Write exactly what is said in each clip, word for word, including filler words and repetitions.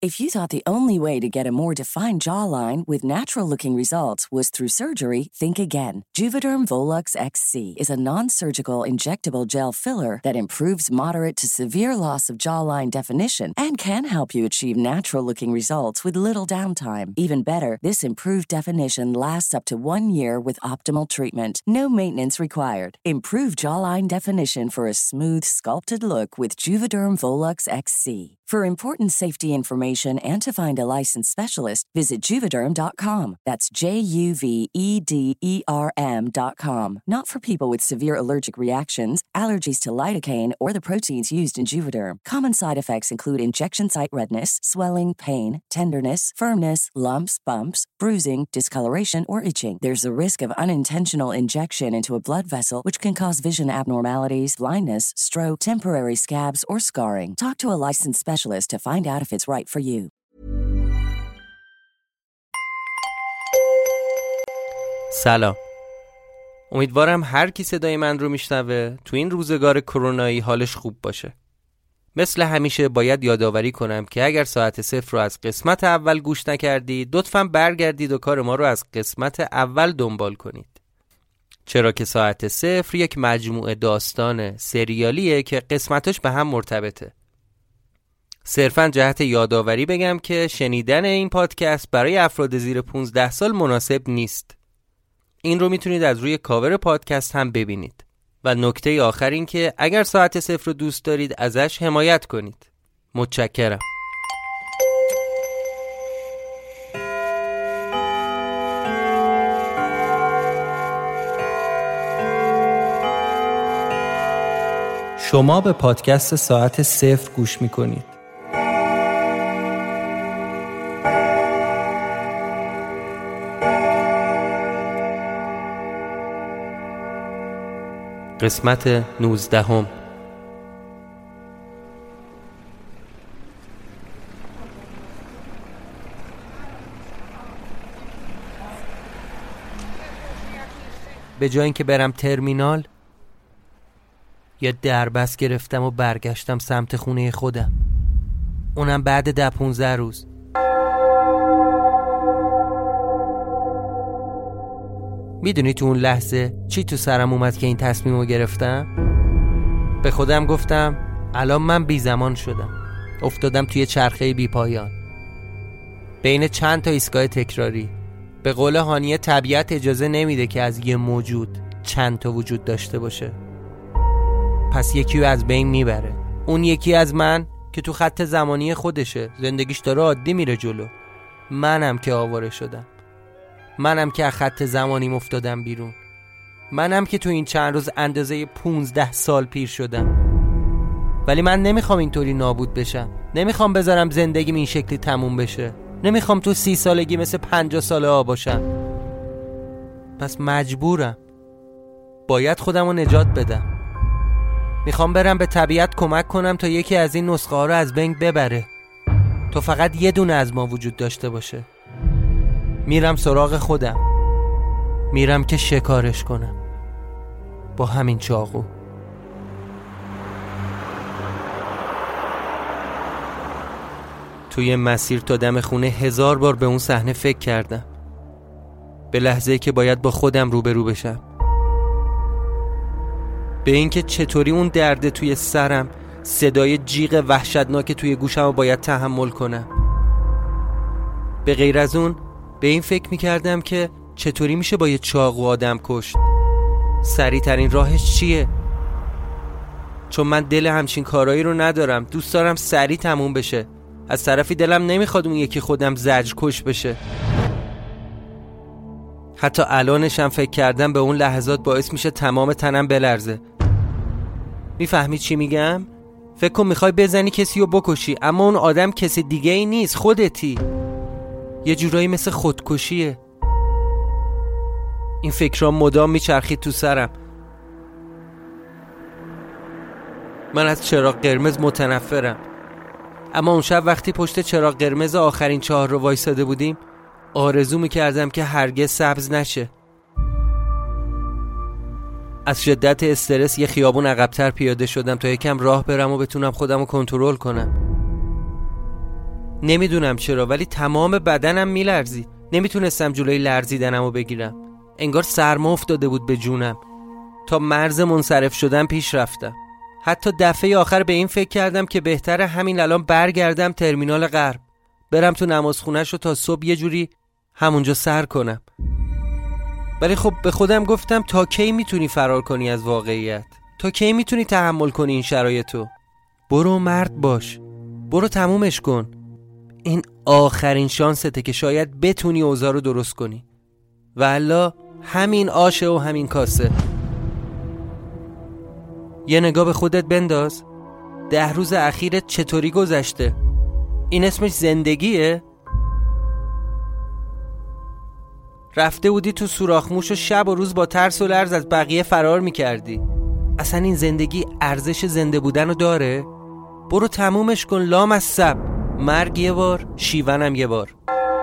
If you thought the only way to get a more defined jawline with natural-looking results was through surgery, think again. Juvederm Volux X C is a non-surgical injectable gel filler that improves moderate to severe loss of jawline definition and can help you achieve natural-looking results with little downtime. Even better, this improved definition lasts up to one year with optimal treatment. No maintenance required. Improve jawline definition for a smooth, sculpted look with Juvederm Volux X C. For important safety information and to find a licensed specialist, visit Juvederm dot com. That's J U V E D E R M dot com. Not for people with severe allergic reactions, allergies to lidocaine, or the proteins used in Juvederm. Common side effects include injection site redness, swelling, pain, tenderness, firmness, lumps, bumps, bruising, discoloration, or itching. There's a risk of unintentional injection into a blood vessel, which can cause vision abnormalities, blindness, stroke, temporary scabs, or scarring. Talk to a licensed specialist to find out if it's right for you. سلام. امیدوارم هر کی صدای من رو میشنوه تو این روزگار کرونایی حالش خوب باشه. مثل همیشه باید یادآوری کنم که اگر ساعت صفر رو از قسمت اول گوش نکردید، لطفاً برگردید و کار ما رو از قسمت اول دنبال کنید. چرا که ساعت صفر یک مجموعه داستان سریالیه که قسمتاش به هم مرتبطه. صرفاً جهت یادآوری بگم که شنیدن این پادکست برای افراد زیر پانزده سال مناسب نیست. این رو میتونید از روی کاور پادکست هم ببینید. و نکته آخر این که اگر ساعت صفر رو دوست دارید ازش حمایت کنید. متشکرم. شما به پادکست ساعت صفر گوش میکنید. قسمت نوزدهم. به جای اینکه برم ترمینال یه دربست گرفتم و برگشتم سمت خونه خودم، اونم بعد ده پونزده روز. میدونی تو اون لحظه چی تو سرم اومد که این تصمیم رو گرفتم؟ به خودم گفتم الان من بی زمان شدم، افتادم توی چرخه بی پایان بین چند تا ایستگاه تکراری. به قول هانیه طبیعت اجازه نمیده که از یه موجود چند تا وجود داشته باشه، پس یکی رو از بین میبره. اون یکی از من که تو خط زمانی خودشه، زندگیش داره عادی میره جلو. منم که آواره شدم، منم که از خط زمانیم افتادم بیرون، منم که تو این چند روز اندازه پونزده سال پیر شدم. ولی من نمیخوام اینطوری نابود بشم، نمیخوام بذارم زندگیم این شکلی تموم بشه، نمیخوام تو سی سالگی مثل پنجاه ساله ها باشم. پس مجبورم، باید خودم رو نجات بدم. میخوام برم به طبیعت کمک کنم تا یکی از این نسخه ها رو از بین ببره، تا فقط یه دونه از ما وجود داشته باشه. میرم سراغ خودم، میرم که شکارش کنم با همین چاقو. توی مسیر تا دم خونه هزار بار به اون صحنه فکر کردم، به لحظه‌ای که باید با خودم روبرو بشم، به اینکه چطوری اون درد توی سرم، صدای جیغ وحشتناک توی گوشم رو باید تحمل کنم. به غیر از اون به این فکر میکردم که چطوری میشه با یه چاقو آدم کشت، سریع ترین راهش چیه؟ چون من دل همچین کارایی رو ندارم، دوست دارم سریع تموم بشه. از طرفی دلم نمیخواد اون یکی خودم زجر کش بشه. حتی الانشم فکر کردم به اون لحظات باعث میشه تمام تنم بلرزه. میفهمی چی میگم؟ فکر کن میخوای بزنی کسی رو بکشی، اما اون آدم کسی دیگه ای نیست، خودتی. یه جورایی مثل خودکشیه. این فکرها مدام میچرخید تو سرم. من از چراغ قرمز متنفرم، اما اون شب وقتی پشت چراغ قرمز آخرین چهار رو وایساده بودیم، آرزو میکردم که هرگز سبز نشه. از شدت استرس یه خیابون عقب‌تر پیاده شدم تا یکم راه برم و بتونم خودم رو کنترل کنم. نمیدونم چرا ولی تمام بدنم میلرزید. نمیتونستم جلوی لرزیدنمو بگیرم. انگار سرما افتاده بود به جونم. تا مرز منصرف شدن پیش رفتم. حتی دفعه آخر به این فکر کردم که بهتره همین الان برگردم ترمینال غرب، برم تو نمازخونه‌شو تا صبح یه جوری همونجا سر کنم. ولی خب به خودم گفتم تا کی میتونی فرار کنی از واقعیت؟ تا کی میتونی تحمل کنی این شرایطو؟ برو مرد باش، برو تمومش کن. این آخرین شانسته که شاید بتونی اوضاع رو درست کنی. والا همین آشه و همین کاسه. یه نگاه به خودت بنداز. ده روز اخیرت چطوری گذشته؟ این اسمش زندگیه؟ رفته بودی تو سوراخموش و شب و روز با ترس و لرز از بقیه فرار میکردی. اصلا این زندگی ارزش زنده بودن رو داره؟ برو تمومش کن لام از سب. مرگ یه بار، شیونم یه بار.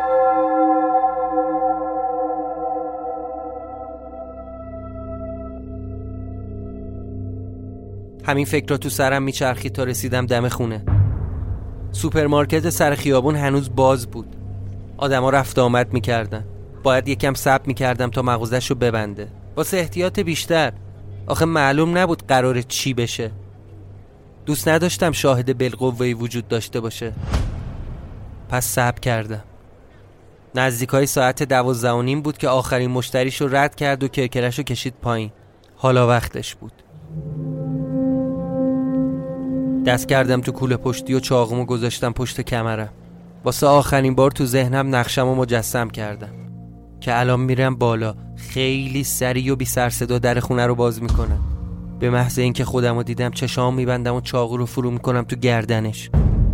همین فکر را تو سرم میچرخید تا رسیدم دم خونه. سوپرمارکت سر خیابون هنوز باز بود. آدما رفت آمد میکردن. باید یکم صبر میکردم تا مغازه‌شو ببنده، واسه احتیاط بیشتر. آخه معلوم نبود قراره چی بشه. دوست نداشتم شاهد بالقوه‌ای وجود داشته باشه. پس صبر کردم. نزدیکای ساعت دوازده و نیم بود که آخرین مشتریشو رد کرد و کرکرشو کشید پایین. حالا وقتش بود. دست کردم تو کوله پشتی و چاقومو گذاشتم پشت کمرم. واسه آخرین بار تو ذهنم نقشمو مجسم کردم که الان میرم بالا، خیلی سریع و بی سر صدا در خونه رو باز میکنم. به محض اینکه خودمو دیدم چشام میبندم و چاقو رو فرو میکنم تو گردنش.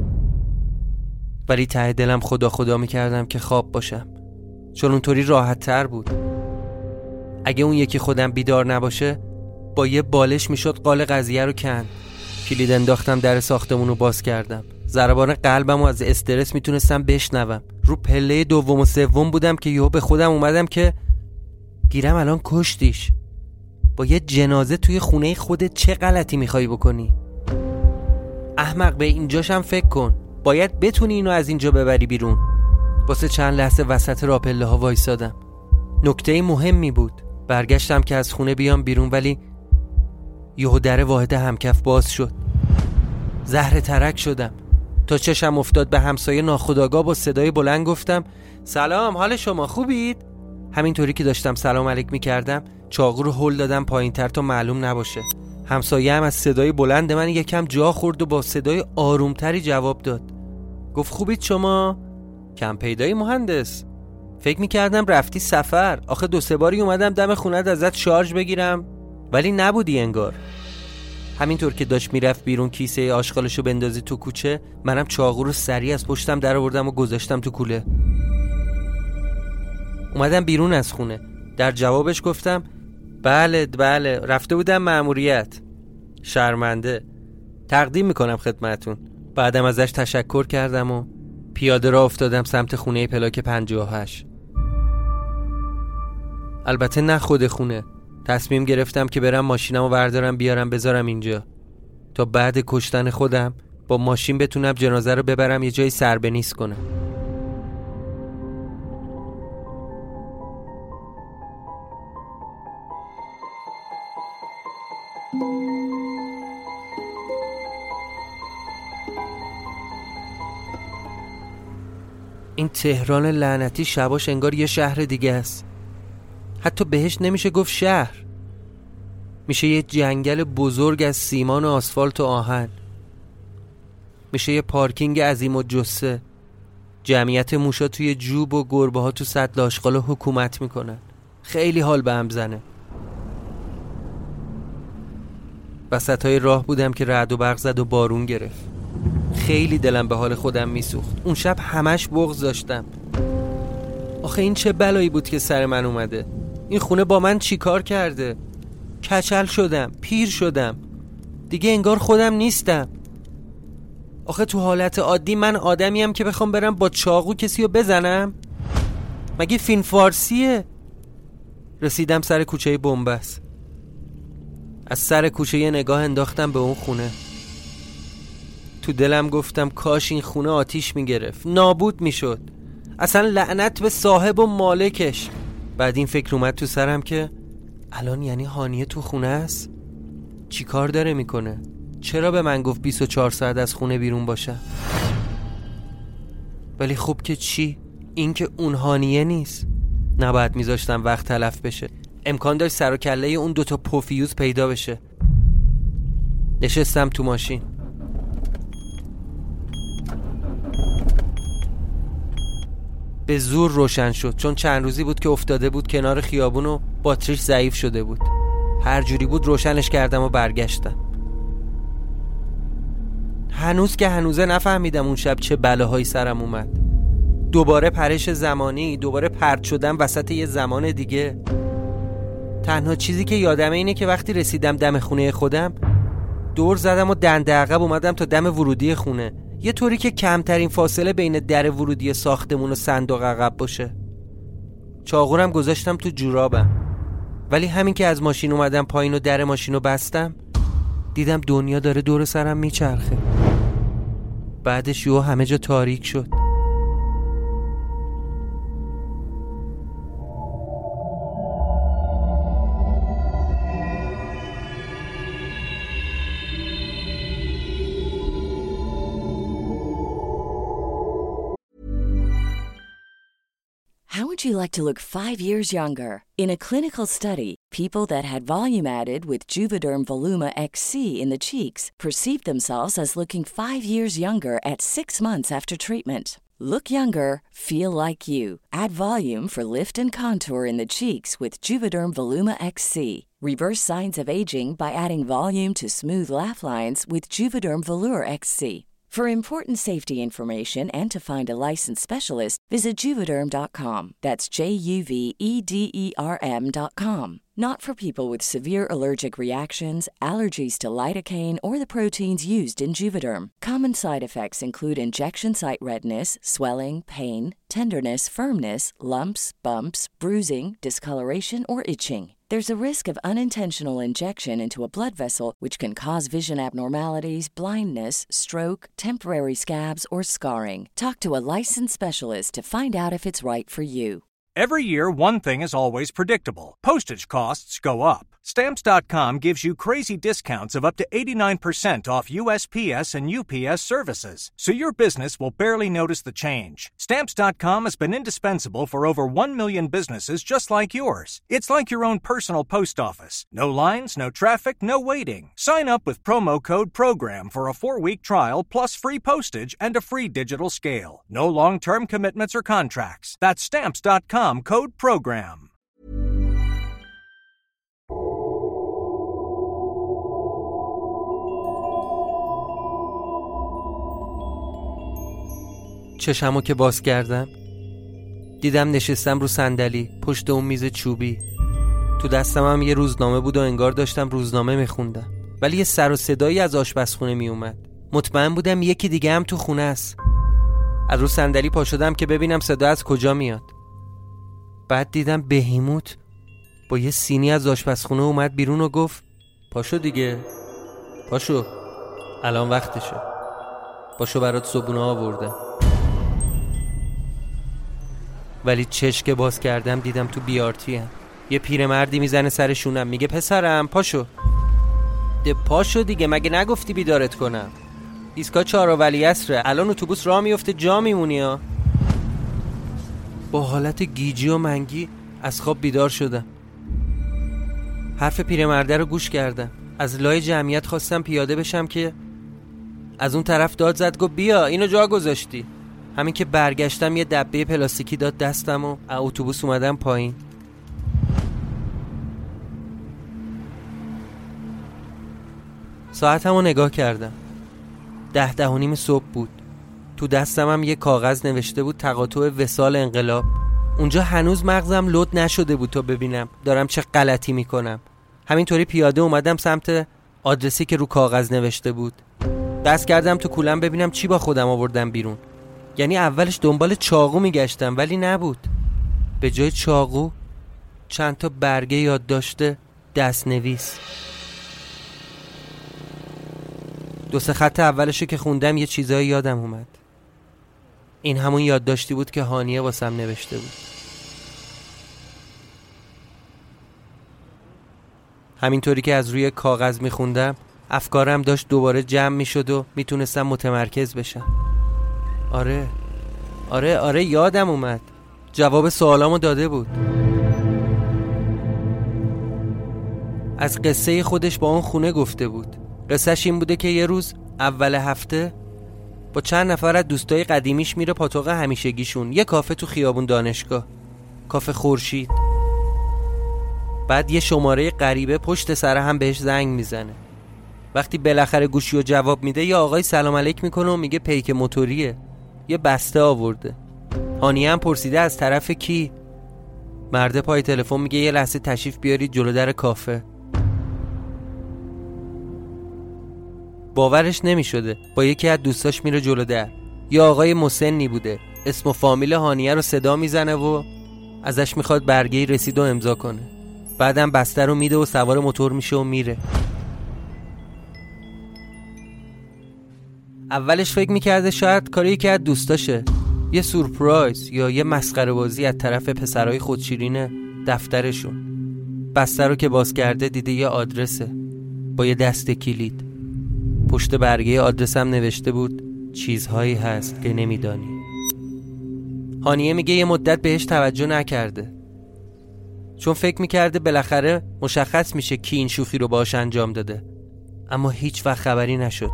ولی ته دلم خدا خدا میکردم که خواب باشم، چون اونطوری راحت تر بود. اگه اون یکی خودم بیدار نباشه با یه بالش میشد قال قضیه رو کند. کلید انداختم، در ساختمون رو باز کردم. ضربان قلبم رو از استرس میتونستم بشنوم. رو پله دوم و سوم بودم که یهو به خودم اومدم که گیرم الان کشتیش. با یه جنازه توی خونه خودت چه غلطی میخوای بکنی؟ احمق، به اینجاشم فکر کن. باید بتونی اینو از اینجا ببری بیرون. واسه چند لحظه وسط راپله ها وایسادم. نکته مهمی بود. برگشتم که از خونه بیام بیرون، ولی یهو در واحد همکف باز شد. زهر ترک شدم. تا چشم افتاد به همسایه، ناخودآگاه با صدای بلند گفتم سلام، حال شما خوبید؟ همینطوری که داشتم سلام علیک میکردم چاقو رو هل دادم پایین تر تا معلوم نباشه. همسایه هم از صدای بلند من یکم جا خورد و با صدای آرومتری جواب داد. گفت خوبید شما؟ کم پیدایی مهندس. فکر میکردم رفتی سفر. آخه دو سه باری اومدم دم خونت ازت شارژ بگیرم ولی نبودی انگار. همینطور که داشت میرفت بیرون کیسه آشغالشو بندازی تو کوچه، منم چاقو رو سریع از پشتم در آوردم و گذاشتم تو کوله. اومدم بیرون از خونه. در جوابش گفتم بله بله رفته بودم مأموریت. شرمنده. تقدیم میکنم خدمتون. بعدم ازش تشکر کردم و پیاده را افتادم سمت خونه پلاک پنجاه و هشت. البته نه خود خونه. تصمیم گرفتم که برم ماشینمو بردارم بیارم بذارم اینجا تا بعد کشتن خودم با ماشین بتونم جنازه رو ببرم یه جای سربنیز کنم. این تهران لعنتی شباش انگار یه شهر دیگه است. حتی بهش نمیشه گفت شهر، میشه یه جنگل بزرگ از سیمان و آسفالت و آهن. میشه یه پارکینگ عظیم و جثه. جمعیت موشا توی جوب و گربه ها تو سطل آشغال حکومت میکنن. خیلی حال به هم زنه. وسط های راه بودم که رعد و برق زد و بارون گرفت. خیلی دلم به حال خودم میسوخت. اون شب همش بغض داشتم. آخه این چه بلایی بود که سر من اومده؟ این خونه با من چی کار کرده؟ کچل شدم، پیر شدم، دیگه انگار خودم نیستم. آخه تو حالت عادی من آدمیم که بخوام برم با چاقو کسی رو بزنم؟ مگه فیلم فارسیه؟ رسیدم سر کوچه بنبست. از سر کوچه یه نگاه انداختم به اون خونه. تو دلم گفتم کاش این خونه آتیش میگرفت، نابود میشد، اصلا لعنت به صاحب و مالکش. بعد این فکر اومد تو سرم که الان یعنی هانیه تو خونه است؟ چی کار داره میکنه؟ چرا به من گفت بیست و چهار ساعت از خونه بیرون باشم؟ ولی خب که چی؟ این که اون هانیه نیست. نباید میذاشتم وقت تلف بشه. امکان داشت سر و کله اون دوتا پوفیوز پیدا بشه. نشستم تو ماشین. به زور روشن شد، چون چند روزی بود که افتاده بود کنار خیابون و باتریش ضعیف شده بود. هر جوری بود روشنش کردم و برگشتم. هنوز که هنوزه نفهمیدم اون شب چه بلاهایی سرم اومد. دوباره پرش زمانی، دوباره پرت شدم وسط یه زمان دیگه. تنها چیزی که یادمه اینه که وقتی رسیدم دم خونه خودم، دور زدم و دنده عقب اومدم تا دم ورودی خونه، یه طوری که کمترین فاصله بین در ورودی ساختمون و صندوق عقب باشه. چاقورم گذاشتم تو جورابم، ولی همین که از ماشین اومدم پایین و در ماشینو بستم، دیدم دنیا داره دور سرم میچرخه. بعدش یهو همه جا تاریک شد. How would you like to look five years younger? In a clinical study, people that had volume added with Juvederm Voluma X C in the cheeks perceived themselves as looking five years younger at six months after treatment. Look younger, feel like you. Add volume for lift and contour in the cheeks with Juvederm Voluma X C. Reverse signs of aging by adding volume to smooth laugh lines with Juvederm Volure X C. For important safety information and to find a licensed specialist, visit Juvederm dot com. That's J U V E D E R M dot com. Not for people with severe allergic reactions, allergies to lidocaine, or the proteins used in Juvederm. Common side effects include injection site redness, swelling, pain, tenderness, firmness, lumps, bumps, bruising, discoloration, or itching. There's a risk of unintentional injection into a blood vessel, which can cause vision abnormalities, blindness, stroke, temporary scabs, or scarring. Talk to a licensed specialist to find out if it's right for you. Every year, one thing is always predictable. Postage costs go up. Stamps dot com gives you crazy discounts of up to eighty-nine percent off U S P S and U P S services, so your business will barely notice the change. Stamps dot com has been indispensable for over one million businesses just like yours. It's like your own personal post office. No lines, no traffic, no waiting. Sign up with promo code PROGRAM for a four-week trial plus free postage and a free digital scale. No long-term commitments or contracts. That's Stamps dot com, code PROGRAM. چشمو که باز کردم، دیدم نشستم رو صندلی پشت اون میز چوبی. تو دستم هم یه روزنامه بود و انگار داشتم روزنامه میخوندم، ولی یه سر و صدایی از آشپزخونه میومد. مطمئن بودم یکی دیگه هم تو خونه است. از رو صندلی پا شدم که ببینم صدا از کجا میاد. بعد دیدم بهیموت با یه سینی از آشپزخونه اومد بیرون و گفت پاشو دیگه، پاشو، الان وقتشه، پاشو برات صبحونه آوردم. ولی چشم که باز کردم دیدم تو بیارتی هم یه پیرمردی میزنه سر شونم، میگه پسرم پاشو. ده پاشو دیگه، مگه نگفتی بیدارت کنم؟ ایستگاه چهار ولیعصره، الان اتوبوس راه میفته، جا میمونی ها. با حالت گیجی و منگی از خواب بیدار شدم. حرف پیرمرده رو گوش کردم. از لای جمعیت خواستم پیاده بشم که از اون طرف داد زد، گفت بیا اینو جا گذاشتی. همین که برگشتم یه دبه پلاستیکی داد دستم و از اتوبوس اومدم پایین. ساعتمو نگاه کردم، ده ده و نیم صبح بود. تو دستم هم یه کاغذ نوشته بود تقاطع وصال انقلاب. اونجا هنوز مغزم لود نشده بود تا ببینم دارم چه غلطی میکنم. همینطوری پیاده اومدم سمت آدرسی که رو کاغذ نوشته بود. دست کردم تو کولم ببینم چی با خودم آوردم بیرون. یعنی اولش دنبال چاقو میگشتم ولی نبود. به جای چاقو چند تا برگه یادداشت دستنویس. دو سه خط اولشو که خوندم یه چیزایی یادم اومد. این همون یادداشتی بود که هانیه واسم نوشته بود. همینطوری که از روی کاغذ میخوندم افکارم داشت دوباره جمع میشد و میتونستم متمرکز بشم. آره آره آره یادم اومد، جواب سوالامو داده بود. از قصه خودش با اون خونه گفته بود. قصهش این بوده که یه روز اول هفته با چند نفر از دوستای قدیمیش میره پاتوق همیشگیشون، یه کافه تو خیابون دانشگاه، کافه خورشید. بعد یه شماره غریبه پشت سر هم بهش زنگ میزنه. وقتی بالاخره گوشیو جواب میده یه آقای سلام علیک میکنه و میگه پیک موتوریه، یه بسته آورده. هانیه هم پرسیده از طرف کی. مرد پای تلفن میگه یه لحظه تشریف بیارید جلو در کافه. باورش نمیشده. با یکی از دوستاش میره جلو در. یه آقای مسنی بوده، اسم و فامیل هانیه رو صدا میزنه و ازش میخواد برگه رسید و امضا کنه. بعدم بسته رو میده و سوار موتور میشه و میره. اولش فکر میکرده شاید کاری یکی از دوستاشه، یه سورپرایز یا یه مسخره بازی از طرف پسرای خودشیرین دفترشون. بسته رو که باز کرده دیده یه آدرسه با یه دسته کلید. پشت برگه آدرس هم نوشته بود چیزهایی هست که نمیدانی. هانیه میگه یه مدت بهش توجه نکرده، چون فکر میکرده بالاخره مشخص میشه کی این شوخی رو باهاش انجام داده، اما هیچ وقت خبری نشد.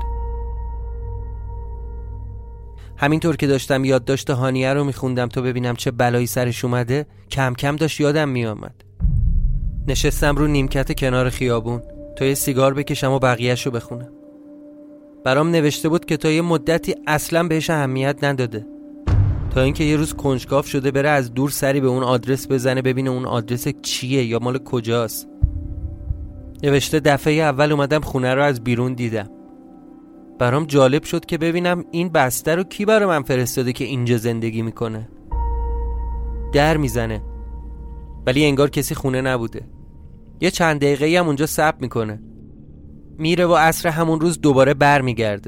همینطور که داشتم یادداشت هانیه رو میخوندم تا ببینم چه بلایی سرش اومده، کم کم داشت یادم میامد. نشستم رو نیمکت کنار خیابون تا یه سیگار بکشم و بقیه‌شو بخونم. برام نوشته بود که تا یه مدتی اصلا بهش اهمیت نداده، تا اینکه یه روز کنجکاو شده بره از دور سری به اون آدرس بزنه ببینه اون آدرس چیه یا مال کجاست. نوشته دفعه اول اومدم خونه رو از بیرون دیدم. برام جالب شد که ببینم این بسته رو کی برای من فرستاده که اینجا زندگی میکنه. در میزنه ولی انگار کسی خونه نبوده. یه چند دقیقه‌ای هم اونجا صبر میکنه. میره و عصر همون روز دوباره بر میگرده.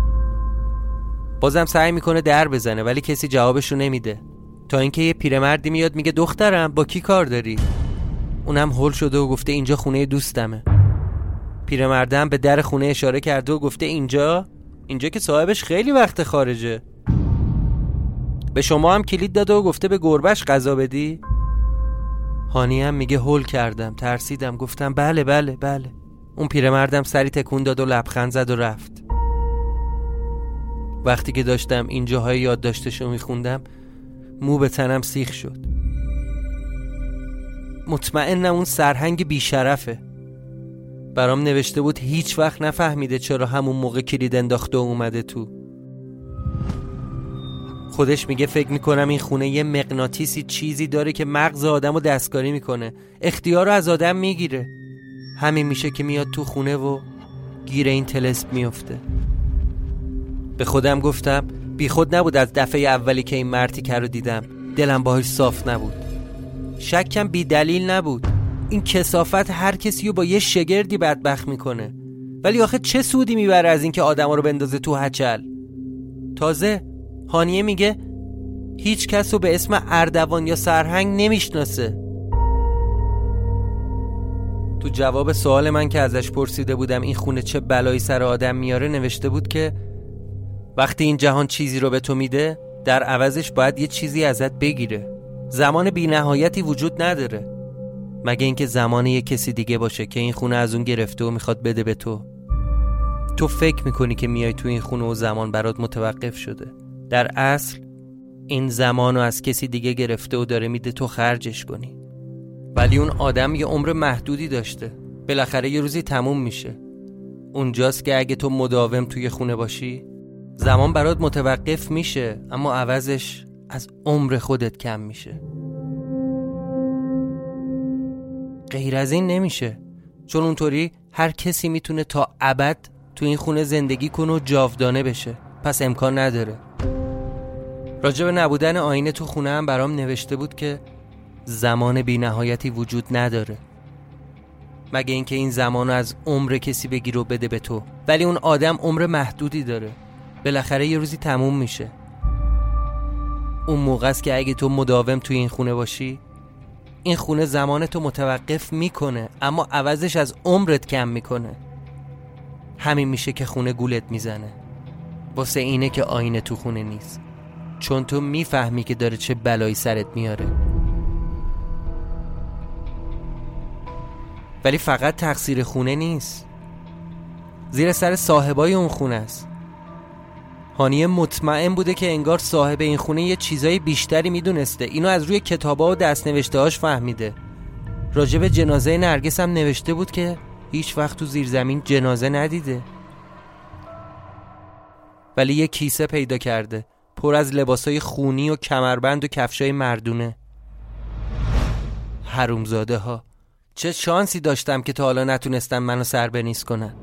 بازم سعی میکنه در بزنه ولی کسی جوابشو نمیده، تا اینکه یه پیرمردی میاد میگه دخترم با کی کار داری؟ اونم هول شده و گفته اینجا خونه دوستمه. پیرمردم به در خونه اشاره کرده و گفته اینجا اینجا که صاحبش خیلی وقت خارجه. به شما هم کلید داده و گفته به گربهش غذا بدی؟ هانی هم میگه هول کردم، ترسیدم، گفتم بله بله بله. اون پیرمردم سری تکون داد و لبخند زد و رفت. وقتی که داشتم این جاهای یادداشتشو میخوندم مو به تنم سیخ شد. مطمئنم اون سرهنگ بیشرفه. برام نوشته بود هیچ وقت نفهمیده چرا همون موقع کلید انداخته و اومده تو. خودش میگه فکر میکنم این خونه یه مغناطیسی چیزی داره که مغز آدمو دستکاری میکنه، اختیار رو از آدم میگیره. همین میشه که میاد تو خونه و گیر این طلسم میفته. به خودم گفتم بی خود نبود از دفعه اولی که این مرتیکه رو دیدم دلم باهاش صاف نبود. شکم بی دلیل نبود. این کثافت هر کسی رو با یه شگردی بدبخت میکنه، ولی آخه چه سودی میبره از این که آدم رو بندازه تو هچل؟ تازه هانیه میگه هیچ کس رو به اسم اردوان یا سرهنگ نمیشناسه. تو جواب سوال من که ازش پرسیده بودم این خونه چه بلایی سر آدم میاره نوشته بود که وقتی این جهان چیزی رو به تو میده در عوضش باید یه چیزی ازت بگیره. زمان بی نهایتی وجود نداره، مگه اینکه زمان یه کسی دیگه باشه که این خونه از اون گرفته و میخواد بده به تو. تو فکر میکنی که میای تو این خونه و زمان برات متوقف شده، در اصل این زمانو از کسی دیگه گرفته و داره میده تو خرجش کنی. ولی اون آدم یه عمر محدودی داشته، بالاخره یه روزی تموم میشه. اونجاست که اگه تو مداوم توی خونه باشی زمان برات متوقف میشه، اما عوضش از عمر خودت کم میشه. غیر از این نمیشه، چون اونطوری هر کسی میتونه تا ابد تو این خونه زندگی کنه و جاودانه بشه، پس امکان نداره. راجع به نبودن آینه تو خونه هم برام نوشته بود که زمان بی نهایتی وجود نداره. مگه اینکه این زمانو از عمر کسی بگیر و بده به تو. ولی اون آدم عمر محدودی داره، بالاخره یه روزی تموم میشه. اون موقع است که اگه تو مداوم توی این خونه باشی، این خونه زمان تو متوقف میکنه اما عوضش از عمرت کم میکنه. همین میشه که خونه گولت میزنه. واسه اینه که آینه تو خونه نیست، چون تو میفهمی که داره چه بلایی سرت میاره. ولی فقط تقصیر خونه نیست، زیر سر صاحبای اون خونه است. هانیه مطمئن بوده که انگار صاحب این خونه یه چیزای بیشتری میدونسته. اینو از روی کتابا و دست‌نوشته‌هاش فهمیده. راجع به جنازه نرگس هم نوشته بود که هیچ وقت تو زیر زمین جنازه ندیده. ولی یه کیسه پیدا کرده پر از لباسای خونی و کمربند و کفشای مردونه. حرومزاده ها، چه شانسی داشتم که تا حالا نتونستن منو سربنیز کنن.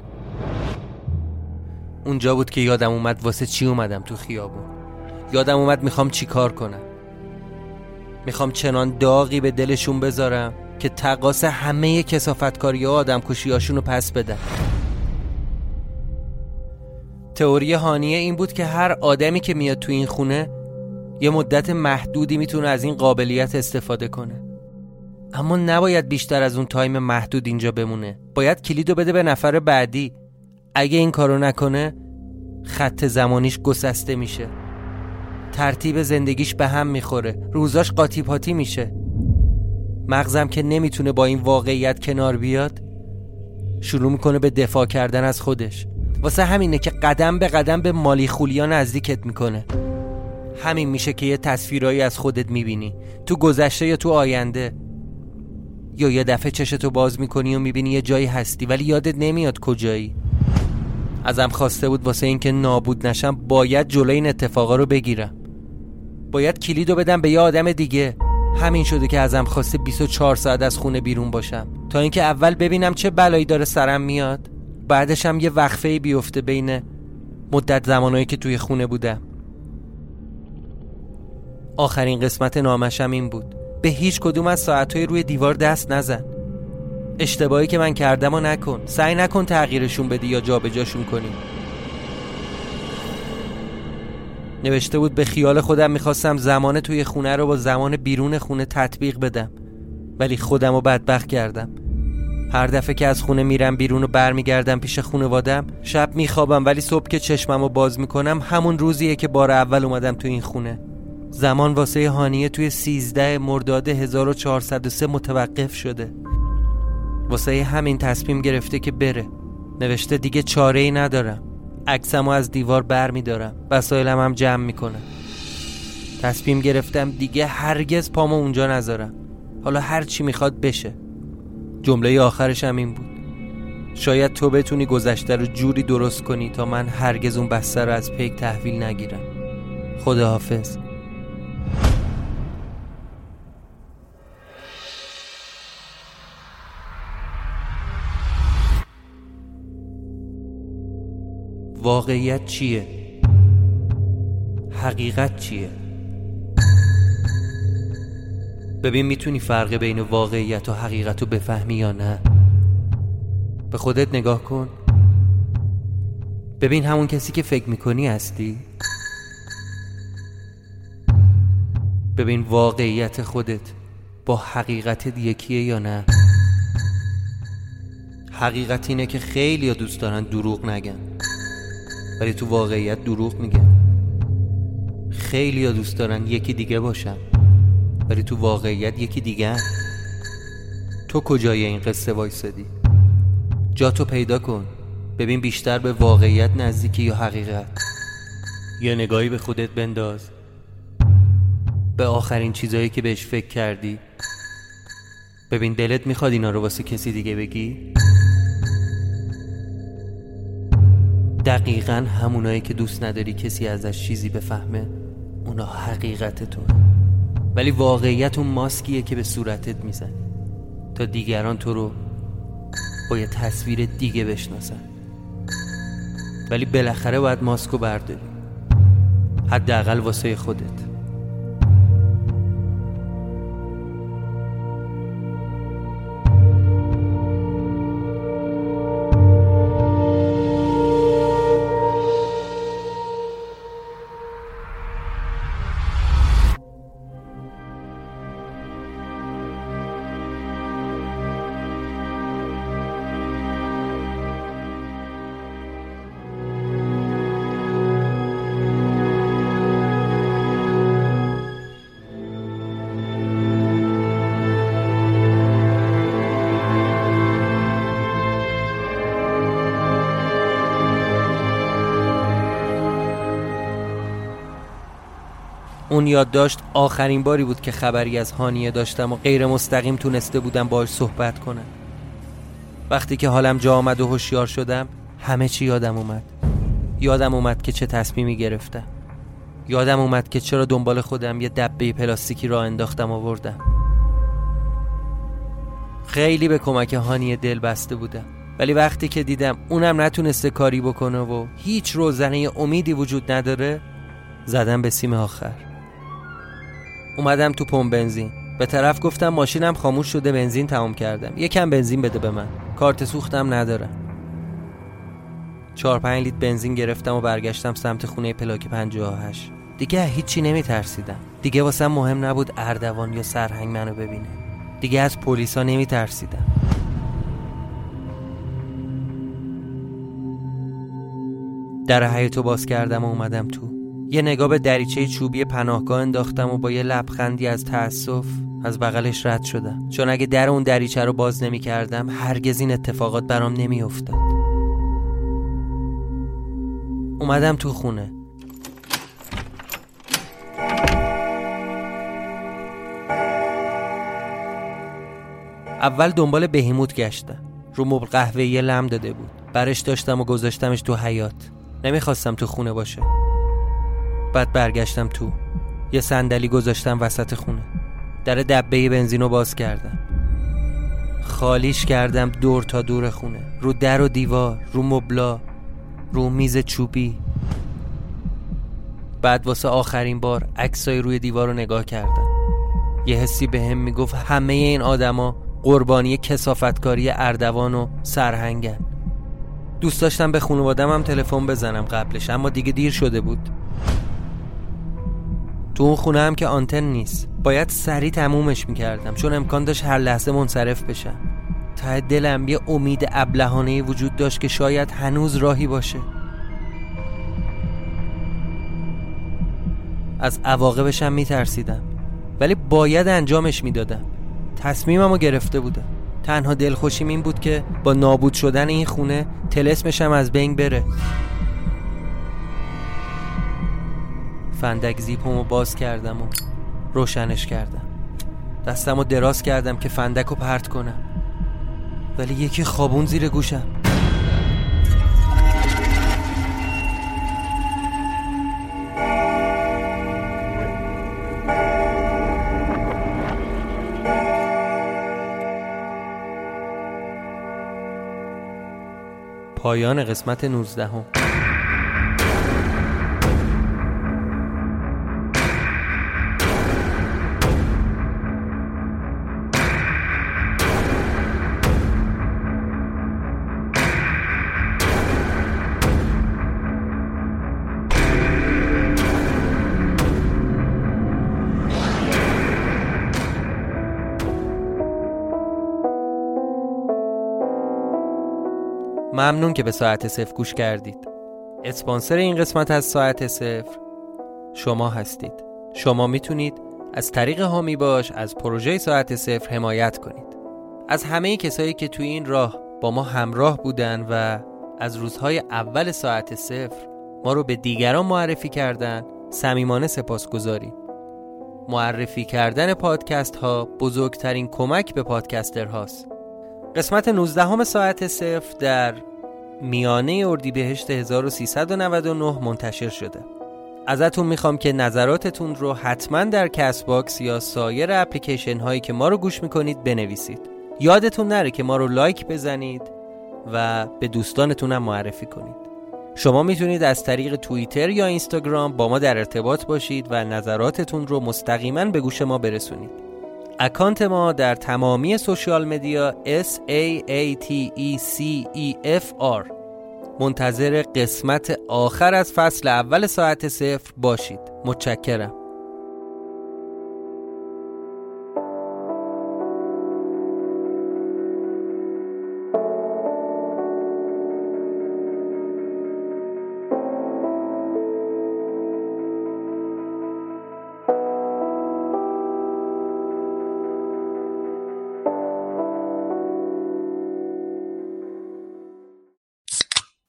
اونجا بود که یادم اومد واسه چی اومدم تو خیابون. یادم اومد میخوام چی کار کنم. میخوام چنان داغی به دلشون بذارم که تقاص همه کثافتکاری ها آدم کشی هاشونو پس بدن. تئوری هانیه این بود که هر آدمی که میاد تو این خونه یه مدت محدودی میتونه از این قابلیت استفاده کنه، اما نباید بیشتر از اون تایم محدود اینجا بمونه. باید کلیدو بده به نفر بعدی. اگه این کارو نکنه خط زمانیش گسسته میشه، ترتیب زندگیش به هم میخوره، روزاش قاطی پاتی میشه. مغزم که نمیتونه با این واقعیت کنار بیاد، شروع میکنه به دفاع کردن از خودش. واسه همینه که قدم به قدم به مالی خولیا نزدیکت میکنه. همین میشه که یه تصویرایی از خودت میبینی تو گذشته یا تو آینده، یا یه دفعه چشتو باز میکنی و میبینی یه جایی هستی ولی یادت نمیاد کجایی. ازم خواسته بود واسه این که نابود نشم باید جلوی این اتفاقا رو بگیرم، باید کلیدو بدم به یه آدم دیگه. همین شده که ازم خواسته بیست و چهار ساعت از خونه بیرون باشم تا اینکه اول ببینم چه بلایی داره سرم میاد، بعدش هم یه وقفه‌ای بیفته بین مدت زمانایی که توی خونه بودم. آخرین قسمت نامشم این بود: به هیچ کدوم از ساعتهای روی دیوار دست نزن. اشتباهی که من کردم و نکن. سعی نکن تغییرشون بدی یا جابجاشون کنی. نوشته بود به خیال خودم میخواستم زمان توی خونه رو با زمان بیرون خونه تطبیق بدم، ولی خودم رو بدبخت کردم. هر دفعه که از خونه میرم بیرون و برمیگردم پیش خونوادم، شب میخوابم ولی صبح که چشمم رو باز میکنم همون روزیه که بار اول اومدم تو این خونه. زمان واسه هانیه توی سیزده مرداد هزار و چهارصد و سه متوقف شده. واسه همین تصمیم گرفته که بره. نوشته دیگه چاره‌ای ندارم. عکسمو از دیوار بر میدارم، وسایلم هم جمع میکنم. تصمیم گرفتم دیگه هرگز پامو اونجا نذارم، حالا هر چی میخواد بشه. جمله آخرش هم این بود: شاید تو بتونی گذشته رو جوری درست کنی تا من هرگز اون بسته رو از پیک تحویل نگیرم. خداحافظ. واقعیت چیه؟ حقیقت چیه؟ ببین میتونی فرق بین واقعیت و حقیقت رو بفهمی یا نه؟ به خودت نگاه کن. ببین همون کسی که فکر میکنی هستی؟ ببین واقعیت خودت با حقیقت یکیه یا نه؟ حقیقت اینه که خیلی ها دوست دارن دروغ نگن، ولی تو واقعیت دروغ میگن. خیلی ها دوست دارن یکی دیگه باشن، ولی تو واقعیت یکی دیگه هم. تو کجای این قصه وایسادی؟ جا تو پیدا کن. ببین بیشتر به واقعیت نزدیکی یا حقیقت. یه نگاهی به خودت بنداز، به آخرین چیزایی که بهش فکر کردی. ببین دلت میخواد اینا رو واسه کسی دیگه بگی؟ دقیقاً همونایی که دوست نداری کسی ازش چیزی بفهمه، اونا حقیقت تو. ولی واقعیت اون ماسکیه که به صورتت میزنی تا دیگران تو رو با یه تصویر دیگه بشناسن. ولی بالاخره باید ماسکو برداری، حداقل واسه خودت. اون یادداشت آخرین باری بود که خبری از هانیه داشتم و غیر مستقیم تونسته بودم باهاش صحبت کنم. وقتی که حالم جا آمد و هوشیار شدم همه چی یادم اومد. یادم اومد که چه تصمیمی گرفتم. یادم اومد که چرا دنبال خودم یه دبه پلاستیکی راه انداختم آوردم. خیلی به کمک هانیه دل بسته بودم، ولی وقتی که دیدم اونم نتونسته کاری بکنه و هیچ روزنه امیدی وجود نداره، زدم به سیم آخر. اومدم تو پمپ بنزین. به طرف گفتم ماشینم خاموش شده، بنزین تمام کردم، یکم بنزین بده به من، کارت سوختم ندارم. چهار پنج لیتر بنزین گرفتم و برگشتم سمت خونه پلاک پنجاه و هشت. دیگه هیچی نمی ترسیدم. دیگه واسم مهم نبود اردوان یا سرهنگ منو ببینه. دیگه از پلیسا نمی ترسیدم. در حیاطو باز کردم و اومدم تو. یه نگاه به دریچه چوبی پناهگاه انداختم و با یه لبخندی از تأسف از بغلش رد شدم، چون اگه در اون دریچه رو باز نمی کردم هرگز این اتفاقات برام نمی افتاد. اومدم تو خونه. اول دنبال بهیموت گشتم. رو مبل قهوه‌ای لم داده بود. برش داشتم و گذاشتمش تو حیاط. نمیخواستم تو خونه باشه. بعد برگشتم تو. یه صندلی گذاشتم وسط خونه. در دبه بنزینو باز کردم. خالیش کردم دور تا دور خونه. رو در و دیوار، رو مبلا، رو میز چوبی. بعد واسه آخرین بار عکسای روی دیوار رو نگاه کردم. یه حسی به هم میگفت همه این آدما قربانی کثافتکاری اردوان و سرهنگن. دوست داشتم به خانواده‌م هم تلفن بزنم قبلش، اما دیگه دیر شده بود. تو اون خونه هم که آنتن نیست. باید سریع تمومش میکردم، چون امکان داشت هر لحظه منصرف بشم. ته دلم یه امید ابلهانه‌ای وجود داشت که شاید هنوز راهی باشه. از عواقبش هم میترسیدم، ولی باید انجامش میدادم. تصمیممو گرفته بودم. تنها دلخوشیم این بود که با نابود شدن این خونه طلسمشم از بین بره. فندک زیپمو باز کردم و روشنش کردم. دستمو دراز کردم که فندکو پرت کنم، ولی یکی خوابون زیر گوشم. پایان قسمت نوزدهم. ممنون که به ساعت صفر گوش کردید. اسپانسر این قسمت از ساعت صفر شما هستید. شما میتونید از طریق هامی باش از پروژه ساعت صفر حمایت کنید. از همه کسایی که توی این راه با ما همراه بودن و از روزهای اول ساعت صفر ما رو به دیگران معرفی کردن صمیمانه سپاسگزاریم. معرفی کردن پادکست ها بزرگترین کمک به پادکستر هاست. قسمت نوزدهم ساعت صفر در میانه اردیبهشت هزار و سیصد و نود و نه منتشر شده. ازتون میخوام که نظراتتون رو حتما در کست باکس یا سایر اپلیکیشن هایی که ما رو گوش میکنید بنویسید. یادتون نره که ما رو لایک بزنید و به دوستانتون هم معرفی کنید. شما میتونید از طریق توییتر یا اینستاگرام با ما در ارتباط باشید و نظراتتون رو مستقیما به گوش ما برسونید. اکانت ما در تمامی سوشال مدیا اس ای ای تی ای سی ای اف آر. منتظر قسمت آخر از فصل اول ساعت صفر باشید. متشکرم.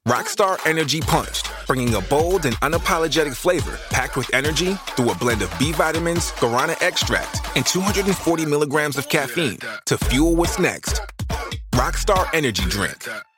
Rockstar Energy Punched, bringing a bold and unapologetic flavor packed with energy through a blend of B vitamins, guarana extract, and two hundred forty milligrams of caffeine to fuel what's next. Rockstar Energy Drink.